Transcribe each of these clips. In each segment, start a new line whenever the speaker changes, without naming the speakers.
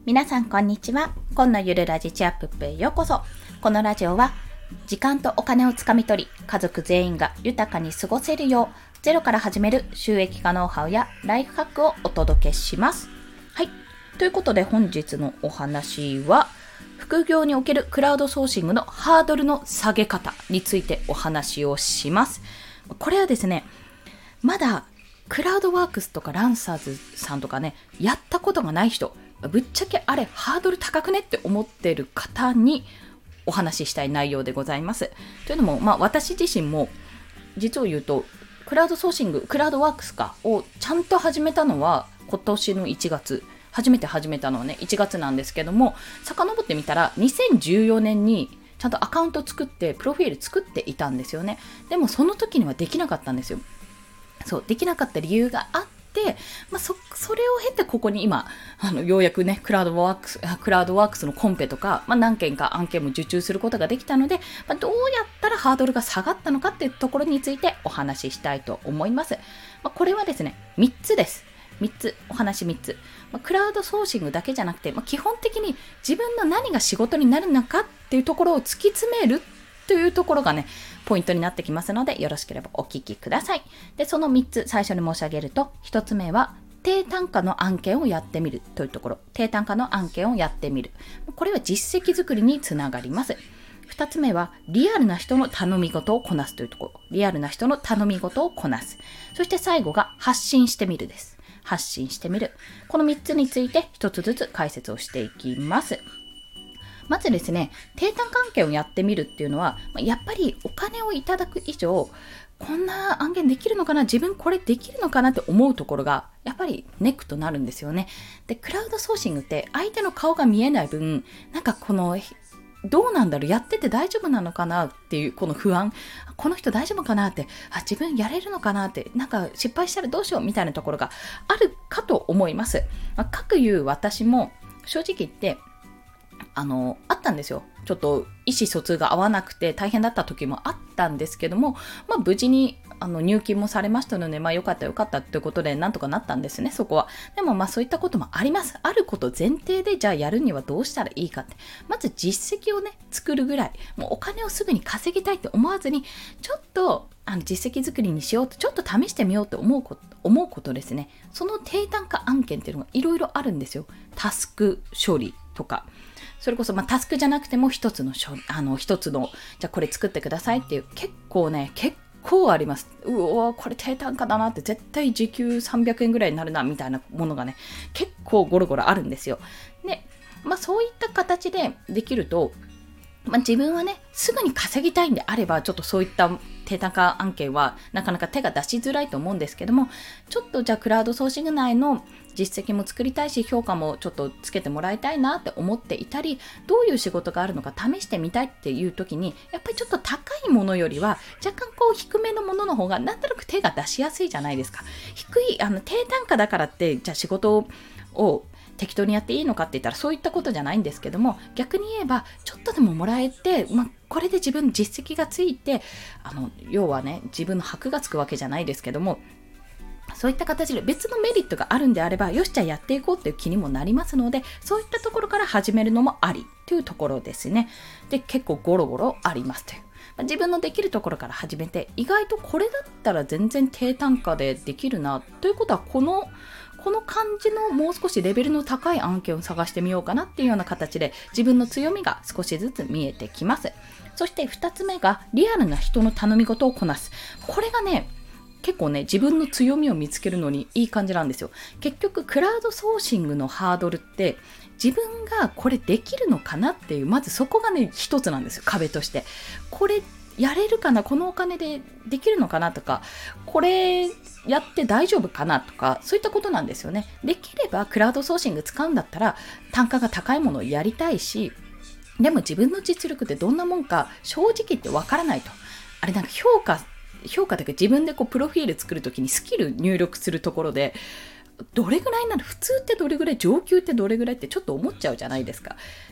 皆さんこんにちは。今のゆるラジチアップへようこそ。このラジオは時間とお金をつかみ取り、家族全員が豊かに過ごせるようゼロから始める収益化ノウハウやライフハックをお届けします。はい。ということで本日のお話は副業におけるクラウドソーシングのハードルの下げ方についてお話をします。これはですね、まだクラウドワークスとかランサーズさんとかね、やったことがない人、ぶっちゃけあれハードル高くねって思っている方にお話ししたい内容でございます。というのも、私自身も実を言うとクラウドソーシング、クラウドワークスをちゃんと始めたのは今年の1月。初めて始めたのはね、1月なんですけども、遡ってみたら2014年にちゃんとアカウント作って、プロフィール作っていたんですよね。でもその時にはできなかったんですよ。そう、できなかった理由があって、それを経てここに今、ようやくね、クラウドワークスのコンペとか、何件か案件も受注することができたので、どうやったらハードルが下がったのかっていうところについてお話ししたいと思います。これはですね、3つです。お話3つ。クラウドソーシングだけじゃなくて、基本的に自分の何が仕事になるのかっていうところを突き詰めるというところがね、ポイントになってきますので、よろしければお聞きください。で、その3つ最初に申し上げると、1つ目は低単価の案件をやってみるというところ。低単価の案件をやってみる。これは実績作りにつながります。2つ目はリアルな人の頼み事をこなすというところ。リアルな人の頼み事をこなす。そして最後が発信してみるです。発信してみる。この3つについて1つずつ解説をしていきます。まずですね、低単価案件をやってみるっていうのは、やっぱりお金をいただく以上、こんな案件できるのかな、自分これできるのかなって思うところが、やっぱりネックとなるんですよね。で、クラウドソーシングって相手の顔が見えない分、どうなんだろう、やってて大丈夫なのかなっていうこの不安、この人大丈夫かなって、自分やれるのかなって、失敗したらどうしようみたいなところがあるかと思います。かくいう私も正直言ってあったんですよ。ちょっと意思疎通が合わなくて大変だった時もあったんですけども、無事に入金もされましたので、よかったっていうことでなんとかなったんですね、そこは。でもそういったこともあります。あること前提で、じゃあやるにはどうしたらいいかって、まず実績をね作るぐらい、もうお金をすぐに稼ぎたいって思わずに、ちょっと実績作りにしようと、ちょっと試してみようと思うことですね。その低単価案件っていうのがいろいろあるんですよ。タスク処理とか、それこそタスクじゃなくても一つのじゃあこれ作ってくださいっていう、結構あります。これ低単価だなって、絶対時給300円ぐらいになるなみたいなものがね、結構ゴロゴロあるんですよ。で、そういった形でできると、自分はね、すぐに稼ぎたいんであれば、ちょっとそういった低単価案件はなかなか手が出しづらいと思うんですけども、ちょっとじゃあクラウドソーシング内の実績も作りたいし、評価もちょっとつけてもらいたいなって思っていたり、どういう仕事があるのか試してみたいっていう時に、やっぱりちょっと高いものよりは若干低めのものの方がなんとなく手が出しやすいじゃないですか。低い低単価だからって、じゃあ仕事を適当にやっていいのかって言ったらそういったことじゃないんですけども、逆に言えばちょっとでももらえて、これで自分の実績がついて、要はね、自分の箔がつくわけじゃないですけども、そういった形で別のメリットがあるんであれば、よし、じゃあやっていこうっていう気にもなりますので、そういったところから始めるのもありというところですね。で、結構ゴロゴロありますという。自分のできるところから始めて、意外とこれだったら全然低単価でできるなということは、この感じのもう少しレベルの高い案件を探してみようかなっていうような形で、自分の強みが少しずつ見えてきます。そして2つ目がリアルな人の頼み事をこなす。これがね、結構ね、自分の強みを見つけるのにいい感じなんですよ。結局クラウドソーシングのハードルって、自分がこれできるのかなっていう、まずそこがね一つなんですよ、壁として。これやれるかな、このお金でできるのかなとか、これやって大丈夫かなとか、そういったことなんですよね。できればクラウドソーシング使うんだったら単価が高いものをやりたいし、でも自分の実力ってどんなもんか正直言ってわからないと。あれ評価というか、自分でプロフィール作るときにスキル入力するところで、どれぐらいなの、普通ってどれぐらい、上級ってどれぐらいってちょっと思っちゃうじゃないですか。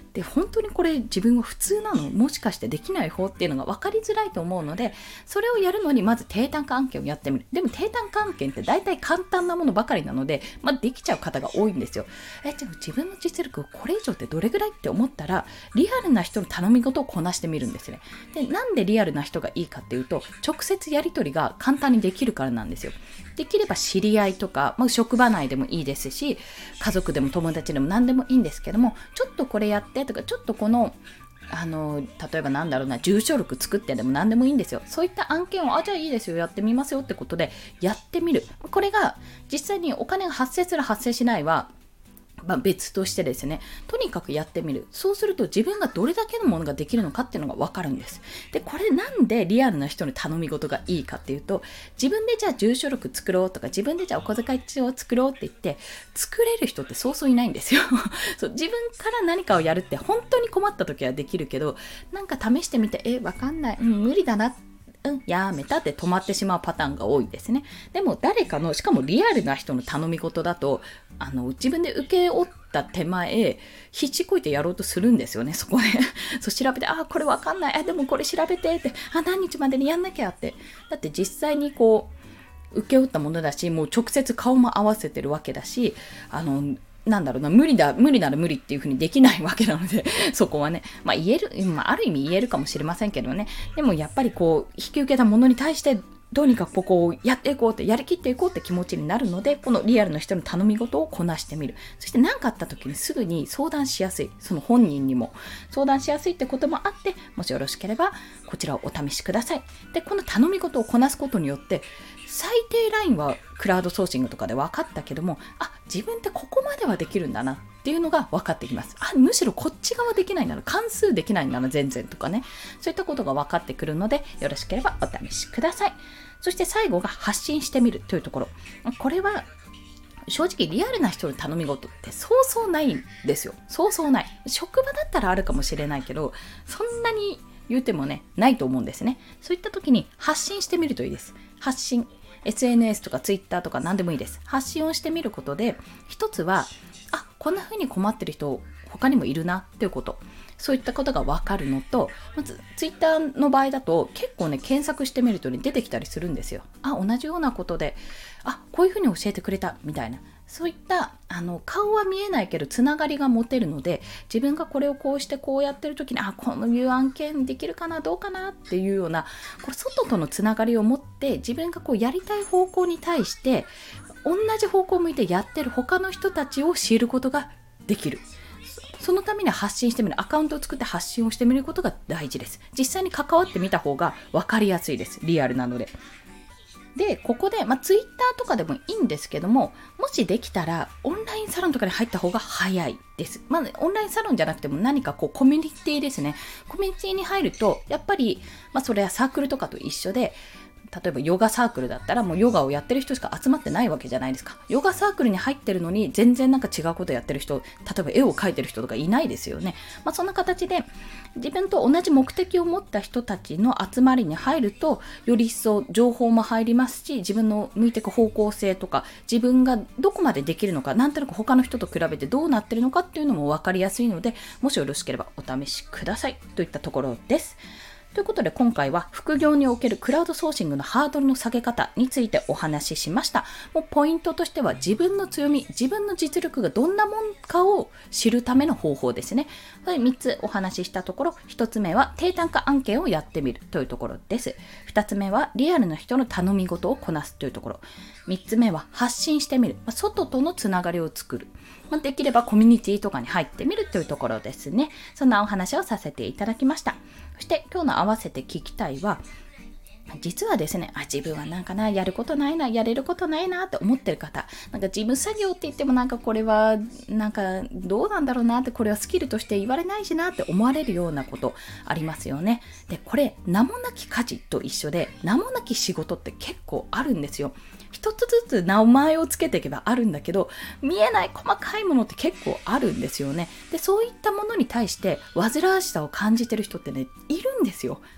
で本当にこれ自分は普通なの、もしかしてできない方っていうのが分かりづらいと思うので、それをやるのにまず低単価案件をやってみる。でも低単価案件って大体簡単なものばかりなので、できちゃう方が多いんですよ。でも自分の実力これ以上ってどれぐらいって思ったら、リアルな人の頼み事をこなしてみるんですね。でなんでリアルな人がいいかっていうと、直接やり取りが簡単にできるからなんですよ。できれば知り合いとか、職場内でもいいですし、家族でも友達でも何でもいいんですけども、ちょっとこれやってとか、ちょっとこの例えば住所録作ってでも何でもいいんですよ。そういった案件をじゃあいいですよ、やってみますよってことでやってみる。これが実際にお金が発生する発生しないは別としてですね、とにかくやってみる。そうすると自分がどれだけのものができるのかっていうのが分かるんです。でこれなんでリアルな人に頼み事がいいかっていうと、自分でじゃあ住所録作ろうとか、自分でじゃあお小遣い帳を作ろうって言って作れる人ってそうそういないんですよそう自分から何かをやるって本当に困った時はできるけど、なんか試してみて分かんない、無理だな、やめたって止まってしまうパターンが多いですね。でも誰かの、しかもリアルな人の頼み事だと、自分で受け負った手前必死こいてやろうとするんですよね。そこでそう調べて、これわかんない、でもこれ調べてって、何日までにやんなきゃって。だって実際にこう受け負ったものだし、もう直接顔も合わせてるわけだし、無理なら無理っていう風にできないわけなのでそこはね、言える、ある意味言えるかもしれませんけどね。でもやっぱりこう引き受けたものに対してどうにかここをやっていこうって、やりきっていこうって気持ちになるので、このリアルな人の頼み事をこなしてみる。そして何かあった時にすぐに相談しやすい、その本人にも相談しやすいってこともあって、もしよろしければこちらをお試しください。でこの頼み事をこなすことによって、最低ラインはクラウドソーシングとかで分かったけども、自分ってここまではできるんだなっていうのが分かってきます。むしろこっち側できないなら、関数できないなら全然とかね、そういったことが分かってくるので、よろしければお試しください。そして最後が発信してみるというところ。これは正直リアルな人の頼み事ってそうそうないんですよ。そうそうない。職場だったらあるかもしれないけど、そんなに言うてもね、ないと思うんですね。そういった時に発信してみるといいです。発信。SNS とか Twitter とか何でもいいです。発信をしてみることで、一つは、こんな風に困ってる人他にもいるなっていうこと。そういったことが分かるのと、まず Twitter の場合だと結構ね、検索してみると出てきたりするんですよ。同じようなことで、こういう風に教えてくれたみたいな。そういった顔は見えないけどつながりが持てるので、自分がこれをこうしてこうやってる時にこのいう案件できるかなどうかなっていうような、これ外とのつながりを持って、自分がこうやりたい方向に対して同じ方向を向いてやってる他の人たちを知ることができる。そのために発信してみる、アカウントを作って発信をしてみることが大事です。実際に関わってみた方が分かりやすいです。リアルなので。でここで、ツイッターとかでもいいんですけども、もしできたらオンラインサロンとかに入った方が早いです。オンラインサロンじゃなくても何かこうコミュニティですね。コミュニティに入るとやっぱり、それはサークルとかと一緒で、例えばヨガサークルだったらもうヨガをやってる人しか集まってないわけじゃないですか。ヨガサークルに入ってるのに全然なんか違うことやってる人、例えば絵を描いてる人とかいないですよね。そんな形で自分と同じ目的を持った人たちの集まりに入ると、より一層情報も入りますし、自分の向いていく方向性とか、自分がどこまでできるのか、なんとなく他の人と比べてどうなってるのかっていうのも分かりやすいので、もしよろしければお試しくださいといったところです。ということで今回は副業におけるクラウドソーシングのハードルの下げ方についてお話ししました。もうポイントとしては自分の強み、自分の実力がどんなもんかを知るための方法ですね。3つお話ししたところ、1つ目は低単価案件をやってみるというところです。2つ目はリアルな人の頼み事をこなすというところ。3つ目は発信してみる。外とのつながりを作る。できればコミュニティとかに入ってみるというところですね。そんなお話をさせていただきました。そして今日の合わせて聞きたいは、実はですね、自分はなんかやることないな、やれることないなって思ってる方、なんか事務作業って言ってもこれはどうなんだろうなって、これはスキルとして言われないしなって思われるようなことありますよね。で、これ名もなき家事と一緒で、名もなき仕事って結構あるんですよ。一つずつ名前をつけていけばあるんだけど、見えない細かいものって結構あるんですよね。で、そういったものに対して煩わしさを感じてる人ってね、いるんですよ。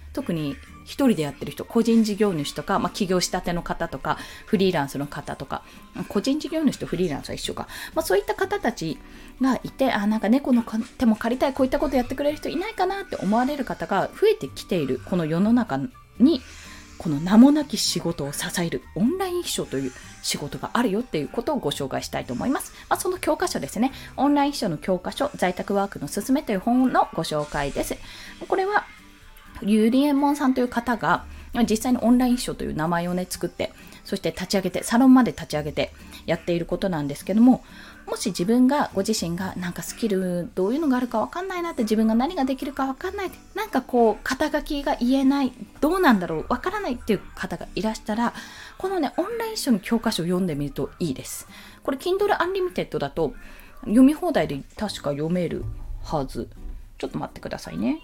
特に一人でやってる人、個人事業主とか、起業したての方とか、フリーランスの方とか、個人事業主とフリーランスは一緒か。そういった方たちがいて、なんか猫の手も借りたい、こういったことやってくれる人いないかなって思われる方が増えてきているこの世の中に、この名もなき仕事を支えるオンライン秘書という仕事があるよっていうことをご紹介したいと思います。その教科書ですね。オンライン秘書の教科書、在宅ワークのすすめという本のご紹介です。これはゆりえもんさんという方が実際にオンライン秘書という名前をね作って、そして立ち上げて、サロンまで立ち上げてやっていることなんですけども、もしご自身がなんかスキルどういうのがあるかわかんないなって、自分が何ができるかわかんないって、なんか肩書きが言えない、どうなんだろうわからないっていう方がいらしたら、このねオンライン秘書の教科書を読んでみるといいです。これ Kindle Unlimited だと読み放題で確か読めるはず。ちょっと待ってくださいね。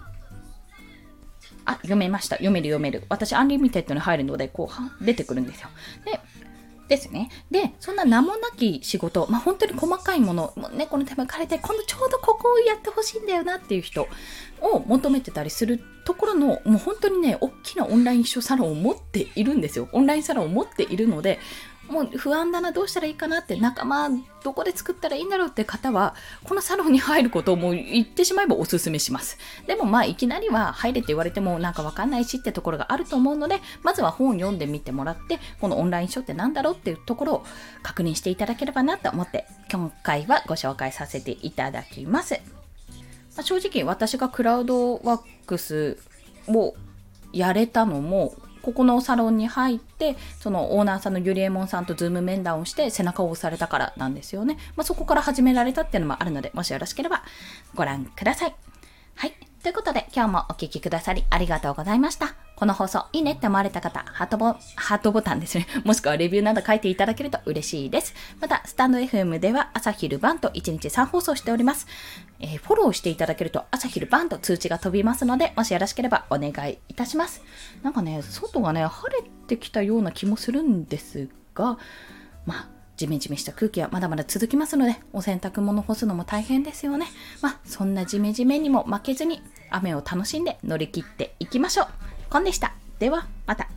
読めました。読める。私、アンリミテッドに入るので、出てくるんですよ。ですね。で、そんな名もなき仕事、本当に細かいもの、猫の手も借りて、今度ちょうどここをやってほしいんだよなっていう人を求めてたりするところの、もう本当にね、大きなオンライン秘書サロンを持っているんですよ。オンラインサロンを持っているので、もう不安だな、どうしたらいいかなって、仲間どこで作ったらいいんだろうって方は、このサロンに入ることをもう言ってしまえばおすすめします。でもいきなりは入れって言われてもなんかわかんないしってところがあると思うので、まずは本を読んでみてもらって、このオンライン書ってなんだろうっていうところを確認していただければなと思って、今回はご紹介させていただきます。正直私がクラウドワークスをやれたのも、ここのサロンに入って、そのオーナーさんのゆりえもんさんとズーム面談をして背中を押されたからなんですよね。そこから始められたっていうのもあるので、もしよろしければご覧ください。はい。ということで、今日もお聞きくださりありがとうございました。この放送いいねって思われた方、ハートボタンですね。もしくはレビューなど書いていただけると嬉しいです。また、スタンド FM では朝昼晩と1日3放送しております。フォローしていただけると朝昼晩と通知が飛びますので、もしよろしければお願いいたします。なんかね、外がね、晴れてきたような気もするんですが、ジメジメした空気はまだまだ続きますので、お洗濯物干すのも大変ですよね。そんなジメジメにも負けずに、雨を楽しんで乗り切っていきましょう。コンでした。では、また。